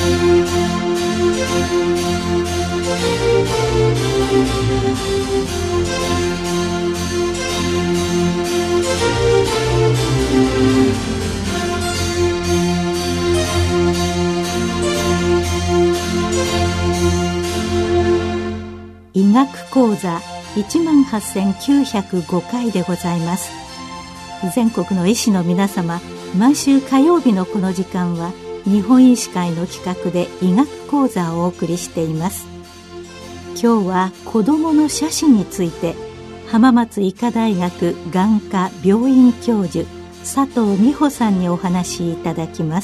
医学講座18,905回でございます。全国の医師の皆様、毎週火曜日のこの時間は日本医師会の企画で医学講座をお送りしています。今日は子どもの斜視について、浜松医科大学眼科病院教授佐藤美穂さんにお話しいただきます。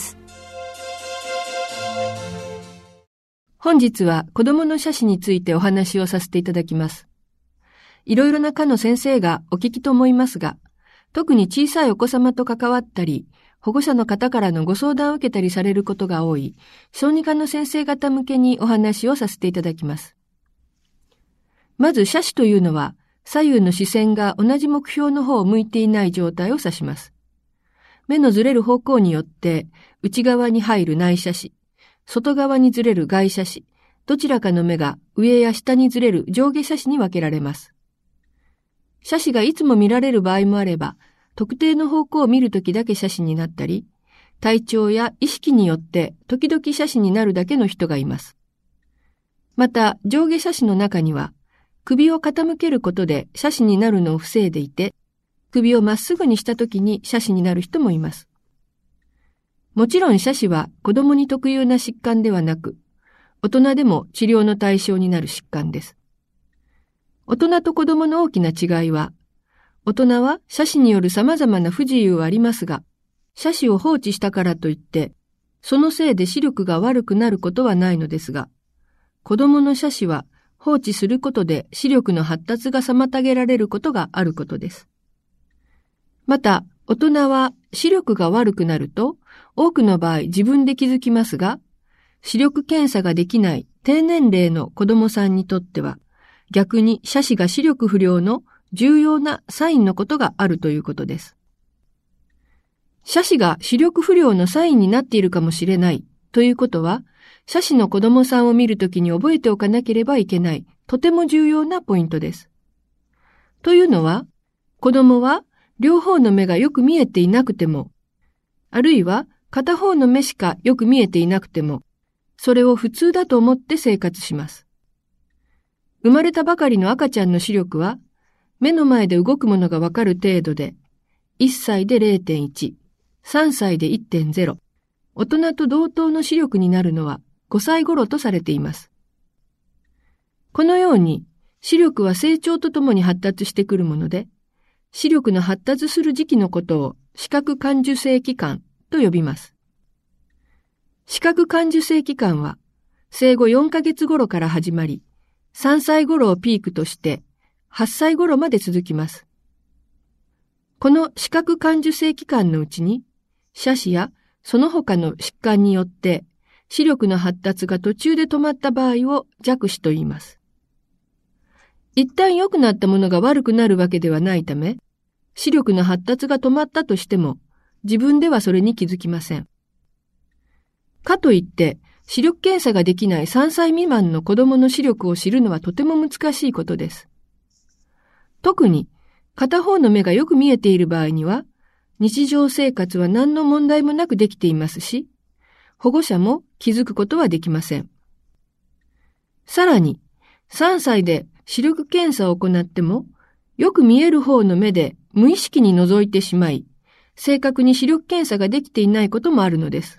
本日は子どもの斜視についてお話をさせていただきます。いろいろな科の先生がお聞きと思いますが、特に小さいお子様と関わったり、保護者の方からのご相談を受けたりされることが多い、小児科の先生方向けにお話をさせていただきます。まず斜視というのは、左右の視線が同じ目標の方を向いていない状態を指します。目のずれる方向によって、内側に入る内斜視、外側にずれる外斜視、どちらかの目が上や下にずれる上下斜視に分けられます。斜視がいつも見られる場合もあれば、特定の方向を見るときだけ斜視になったり、体調や意識によって時々斜視になるだけの人がいます。また、上下斜視の中には、首を傾けることで斜視になるのを防いでいて、首をまっすぐにしたときに斜視になる人もいます。もちろん斜視は子供に特有な疾患ではなく、大人でも治療の対象になる疾患です。大人と子供の大きな違いは、大人は斜視による様々な不自由はありますが、斜視を放置したからといって、そのせいで視力が悪くなることはないのですが、子供の斜視は放置することで視力の発達が妨げられることがあることです。また、大人は視力が悪くなると、多くの場合自分で気づきますが、視力検査ができない低年齢の子供さんにとっては、逆に斜視が視力不良の重要なサインのことがあるということです。斜視が視力不良のサインになっているかもしれないということは、斜視の子供さんを見るときに覚えておかなければいけない、とても重要なポイントです。というのは、子供は両方の目がよく見えていなくても、あるいは片方の目しかよく見えていなくても、それを普通だと思って生活します。生まれたばかりの赤ちゃんの視力は、目の前で動くものがわかる程度で、1歳で 0.1、3歳で 1.0、大人と同等の視力になるのは5歳頃とされています。このように、視力は成長とともに発達してくるもので、視力の発達する時期のことを視覚感受性期間と呼びます。視覚感受性期間は生後4ヶ月頃から始まり、3歳頃をピークとして8歳頃まで続きます。この視覚感受性期間のうちに、斜視やその他の疾患によって視力の発達が途中で止まった場合を弱視と言います。一旦良くなったものが悪くなるわけではないため、視力の発達が止まったとしても、自分ではそれに気づきません。かといって、視力検査ができない3歳未満の子供の視力を知るのはとても難しいことです。特に、片方の目がよく見えている場合には、日常生活は何の問題もなくできていますし、保護者も気づくことはできません。さらに、3歳で視力検査を行っても、よく見える方の目で無意識に覗いてしまい、正確に視力検査ができていないこともあるのです。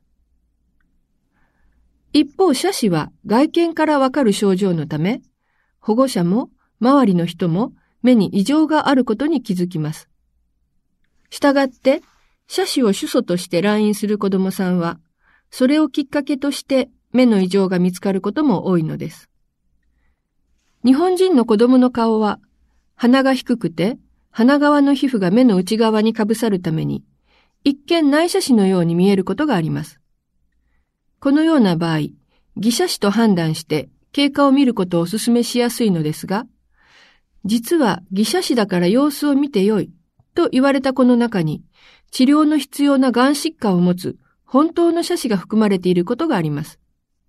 一方、斜視は外見からわかる症状のため、保護者も周りの人も目に異常があることに気づきます。したがって、斜視を主訴として来院する子どもさんは、それをきっかけとして目の異常が見つかることも多いのです。日本人の子供の顔は、鼻が低くて、鼻側の皮膚が目の内側にかぶさるために、一見内斜視のように見えることがあります。このような場合、偽斜視と判断して経過を見ることをお勧めしやすいのですが、実は偽斜視だから様子を見てよいと言われた子の中に、治療の必要ながん疾患を持つ本当の斜視が含まれていることがあります。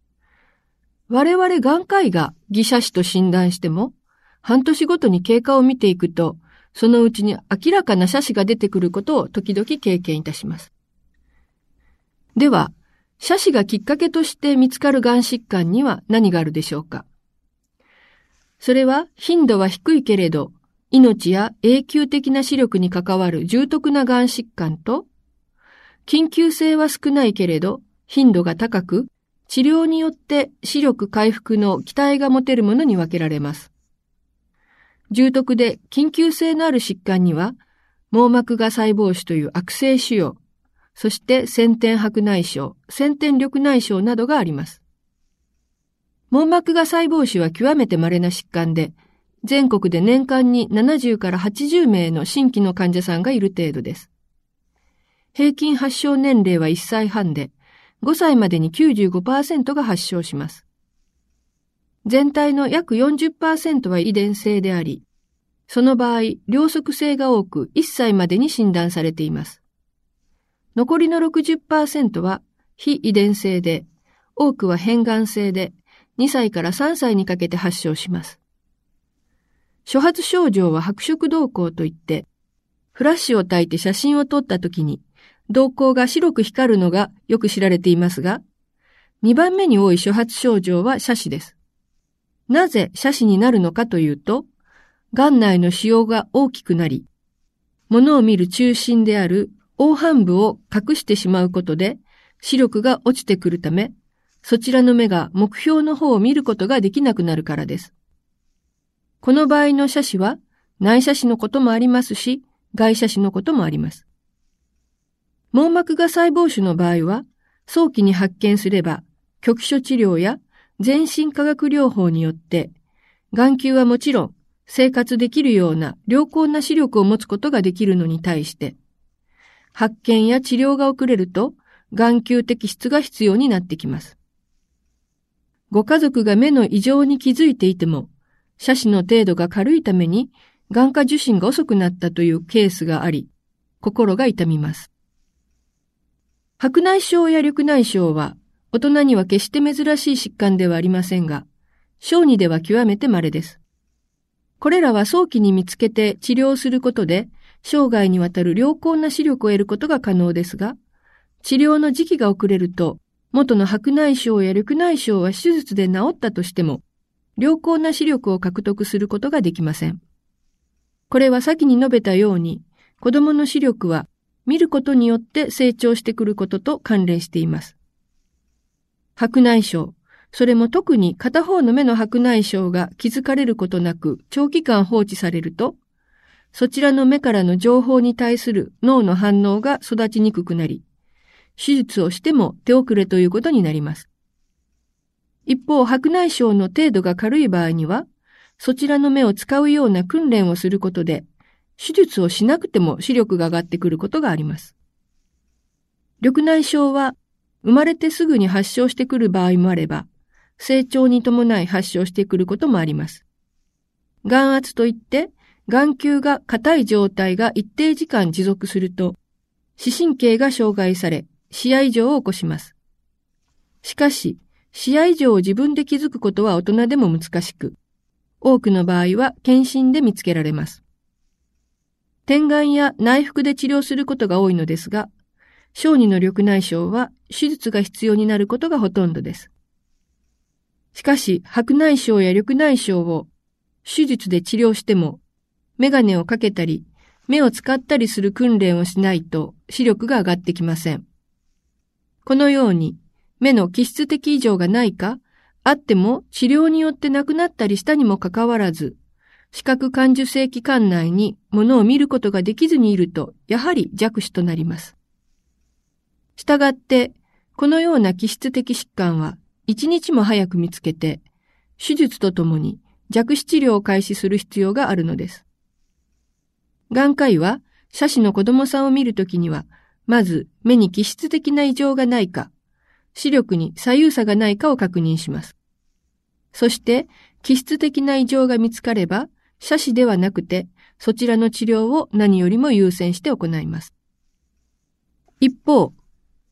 我々眼科医が偽斜視と診断しても、半年ごとに経過を見ていくと、そのうちに明らかな斜視が出てくることを時々経験いたします。では、斜視がきっかけとして見つかるがん疾患には何があるでしょうか。それは頻度は低いけれど、命や永久的な視力に関わる重篤ながん疾患と、緊急性は少ないけれど、頻度が高く、治療によって視力回復の期待が持てるものに分けられます。重篤で緊急性のある疾患には、網膜芽細胞腫という悪性腫瘍、そして先天白内障、先天緑内障などがあります。網膜芽細胞腫は極めて稀な疾患で、全国で年間に70から80名の新規の患者さんがいる程度です。平均発症年齢は1歳半で、5歳までに 95% が発症します。全体の約 40% は遺伝性であり、その場合、両側性が多く1歳までに診断されています。残りの 60% は非遺伝性で、多くは変眼性で、2歳から3歳にかけて発症します。初発症状は白色瞳孔といって、フラッシュを焚いて写真を撮ったときに、瞳孔が白く光るのがよく知られていますが、2番目に多い初発症状は斜視です。なぜ斜視になるのかというと、眼内の腫瘍が大きくなり、物を見る中心である黄斑部を隠してしまうことで視力が落ちてくるため、そちらの目が目標の方を見ることができなくなるからです。この場合の斜視は内斜視のこともありますし、外斜視のこともあります。網膜芽細胞腫の場合は、早期に発見すれば、局所治療や全身化学療法によって、眼球はもちろん生活できるような良好な視力を持つことができるのに対して、発見や治療が遅れると眼球摘出が必要になってきます。ご家族が目の異常に気づいていても、斜視の程度が軽いために眼科受診が遅くなったというケースがあり、心が痛みます。白内障や緑内障は大人には決して珍しい疾患ではありませんが、小児では極めて稀です。これらは早期に見つけて治療することで、生涯にわたる良好な視力を得ることが可能ですが、治療の時期が遅れると、元の白内障や緑内障は手術で治ったとしても、良好な視力を獲得することができません。これは先に述べたように、子供の視力は見ることによって成長してくることと関連しています。白内障、それも特に片方の目の白内障が気づかれることなく長期間放置されると、そちらの目からの情報に対する脳の反応が育ちにくくなり、手術をしても手遅れということになります。一方、白内障の程度が軽い場合には、そちらの目を使うような訓練をすることで、手術をしなくても視力が上がってくることがあります。緑内障は、生まれてすぐに発症してくる場合もあれば、成長に伴い発症してくることもあります。眼圧といって、眼球が硬い状態が一定時間持続すると、視神経が障害され、視野異常を起こします。しかし、視野異常を自分で気づくことは大人でも難しく、多くの場合は検診で見つけられます。点眼や内服で治療することが多いのですが、小児の緑内障は手術が必要になることがほとんどです。しかし、白内障や緑内障を手術で治療しても、メガネをかけたり、目を使ったりする訓練をしないと視力が上がってきません。このように、目の気質的異常がないか、あっても治療によって亡くなったりしたにもかかわらず、視覚感受性器官内に物を見ることができずにいると、やはり弱視となります。したがって、このような気質的疾患は、一日も早く見つけて、手術とともに弱視治療を開始する必要があるのです。眼科医は、斜視の子供さんを見るときには、まず目に気質的な異常がないか、視力に左右差がないかを確認します。そして、気質的な異常が見つかれば、斜視ではなくて、そちらの治療を何よりも優先して行います。一方、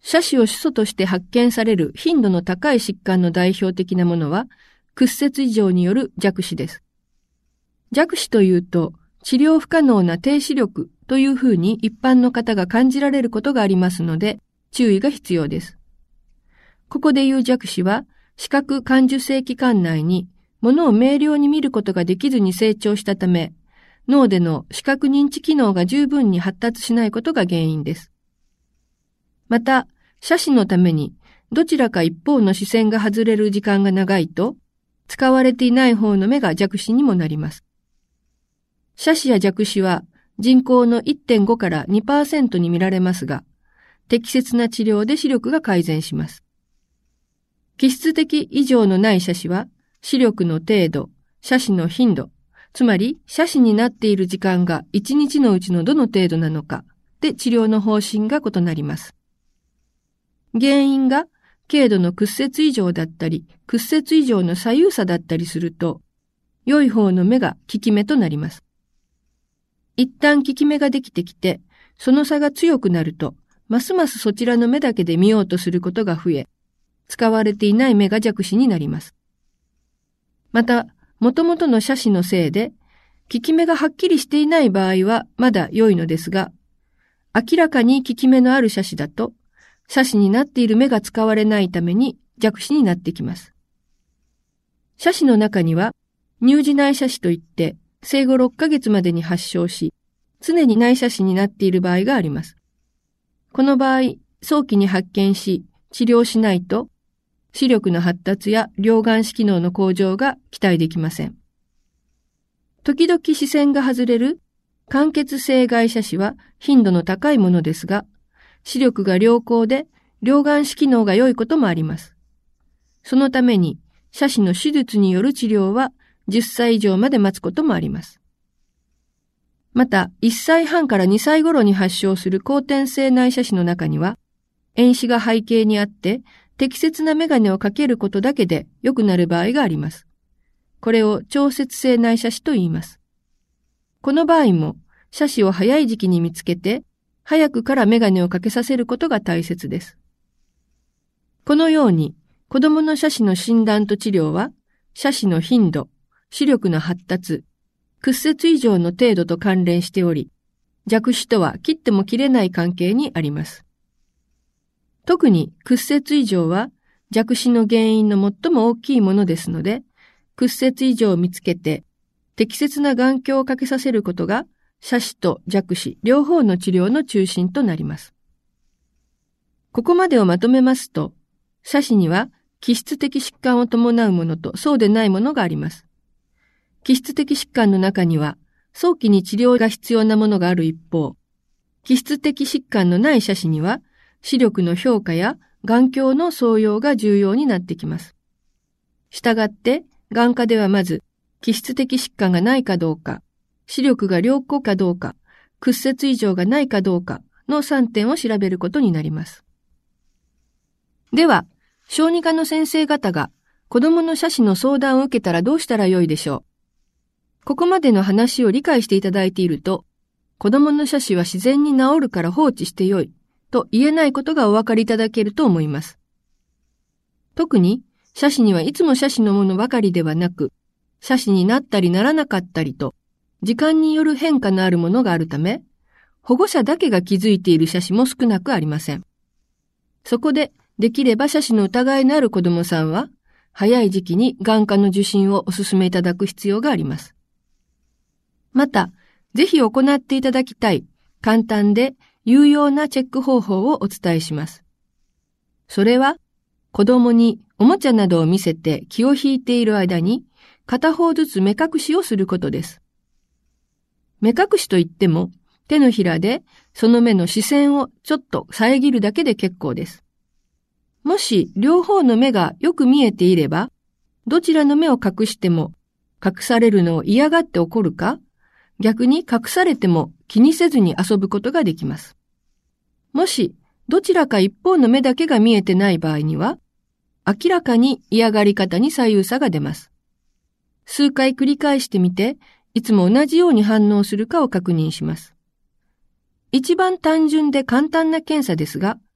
斜視を主訴として発見される頻度の高い疾患の代表的なものは、屈折異常による弱視です。弱視というと、治療不可能な低視力というふうに一般の方が感じられることがありますので、注意が必要です。ここでいう弱視は、視覚感受性器官内に物を明瞭に見ることができずに成長したため、脳での視覚認知機能が十分に発達しないことが原因です。また、斜視のためにどちらか一方の視線が外れる時間が長いと、使われていない方の目が弱視にもなります。斜視や弱視は人口の 1.5 から 2% に見られますが、適切な治療で視力が改善します。気質的異常のない斜視は、視力の程度、斜視の頻度、つまり斜視になっている時間が1日のうちのどの程度なのかで治療の方針が異なります。原因が軽度の屈折異常だったり、屈折異常の左右差だったりすると、良い方の目が利き目となります。一旦利き目ができてきて、その差が強くなると、ますますそちらの目だけで見ようとすることが増え、使われていない目が弱視になります。また、元々の斜視のせいで、利き目がはっきりしていない場合はまだ良いのですが、明らかに利き目のある斜視だと、斜視になっている目が使われないために弱視になってきます。斜視の中には、乳児内斜視といって、生後6ヶ月までに発症し、常に内斜視になっている場合があります。この場合、早期に発見し、治療しないと、視力の発達や両眼視機能の向上が期待できません。時々視線が外れる間欠性外斜視は頻度の高いものですが、視力が良好で両眼視機能が良いこともあります。そのために斜視の手術による治療は10歳以上まで待つこともあります。また、1歳半から2歳頃に発症する後天性内斜視の中には、遠視が背景にあって、適切なメガネをかけることだけで良くなる場合があります。これを調節性内斜視と言います。この場合も、斜視を早い時期に見つけて、早くからメガネをかけさせることが大切です。このように、子供の斜視の診断と治療は、斜視の頻度、視力の発達、屈折異常の程度と関連しており、弱視とは切っても切れない関係にあります。特に屈折異常は弱視の原因の最も大きいものですので、屈折異常を見つけて適切な眼鏡をかけさせることが斜視と弱視両方の治療の中心となります。ここまでをまとめますと、斜視には気質的疾患を伴うものとそうでないものがあります。気質的疾患の中には早期に治療が必要なものがある一方、気質的疾患のない斜視には視力の評価や眼鏡の装用が重要になってきます。したがって、眼科ではまず、気質的疾患がないかどうか、視力が良好かどうか、屈折異常がないかどうかの3点を調べることになります。では、小児科の先生方が子供の斜視の相談を受けたらどうしたらよいでしょう。ここまでの話を理解していただいていると、子供の斜視は自然に治るから放置してよいと言えないことがお分かりいただけると思います。特に、斜視にはいつも斜視のものばかりではなく、斜視になったりならなかったりと、時間による変化のあるものがあるため、保護者だけが気づいている斜視も少なくありません。そこで、できれば斜視の疑いのある子供さんは、早い時期に眼科の受診をお勧めいただく必要があります。また、ぜひ行っていただきたい、簡単で有用なチェック方法をお伝えします。それは、子供におもちゃなどを見せて気を引いている間に、片方ずつ目隠しをすることです。目隠しといっても、手のひらでその目の視線をちょっと遮るだけで結構です。もし両方の目がよく見えていれば、どちらの目を隠しても隠されるのを嫌がって怒るか、逆に隠されても気にせずに遊ぶことができます。もしどちらか一方の目だけが見えてない場合には、明らかに嫌がり方に左右差が出ます。数回繰り返してみて、いつも同じように反応するかを確認します。一番単純で簡単な検査ですが、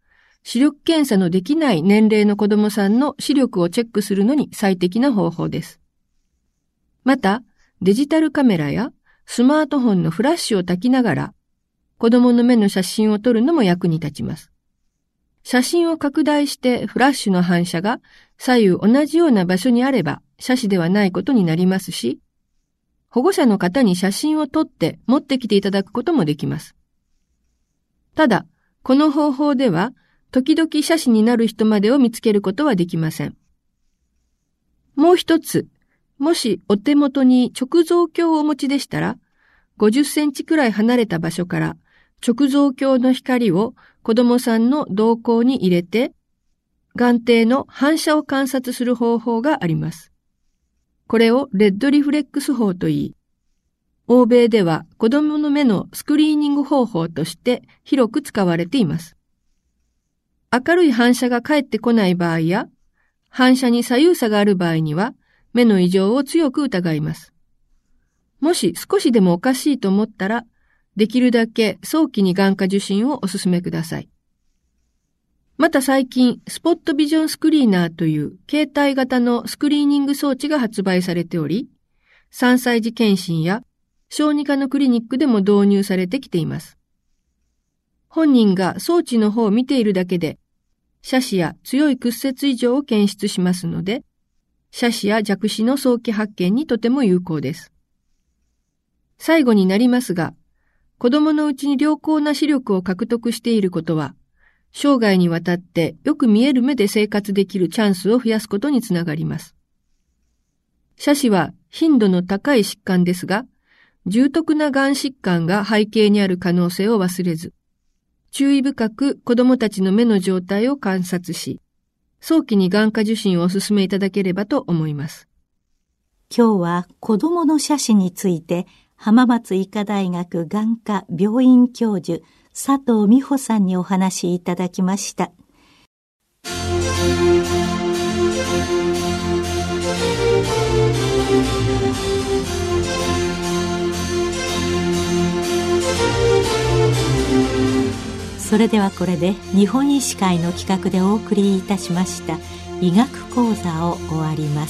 視力検査のできない年齢の子供さんの視力をチェックするのに最適な方法です。また、デジタルカメラやスマートフォンのフラッシュを焚きながら、子供の目の写真を撮るのも役に立ちます。写真を拡大してフラッシュの反射が左右同じような場所にあれば斜視ではないことになりますし、保護者の方に写真を撮って持ってきていただくこともできます。ただ、この方法では時々斜視になる人までを見つけることはできません。もう一つ、もしお手元に直造鏡をお持ちでしたら、50センチくらい離れた場所から直造鏡の光を子供さんの瞳孔に入れて、眼底の反射を観察する方法があります。これをレッドリフレックス法といい、欧米では子供の目のスクリーニング方法として広く使われています。明るい反射が返ってこない場合や、反射に左右差がある場合には、目の異常を強く疑います。もし少しでもおかしいと思ったら、できるだけ早期に眼科受診をお勧めください。また最近、スポットビジョンスクリーナーという携帯型のスクリーニング装置が発売されており、3歳児検診や小児科のクリニックでも導入されてきています。本人が装置の方を見ているだけで、斜視や強い屈折異常を検出しますので、斜視や弱視の早期発見にとても有効です。最後になりますが、子供のうちに良好な視力を獲得していることは、生涯にわたってよく見える目で生活できるチャンスを増やすことにつながります。斜視は頻度の高い疾患ですが、重篤ながん疾患が背景にある可能性を忘れず、注意深く子供たちの目の状態を観察し、早期に眼科受診をお勧めいただければと思います。 今日は子供の斜視について、浜松医科大学眼科病院教授佐藤美穂さんにお話しいただきました。それではこれで日本医師会の企画でお送りいたしました医学講座を終わります。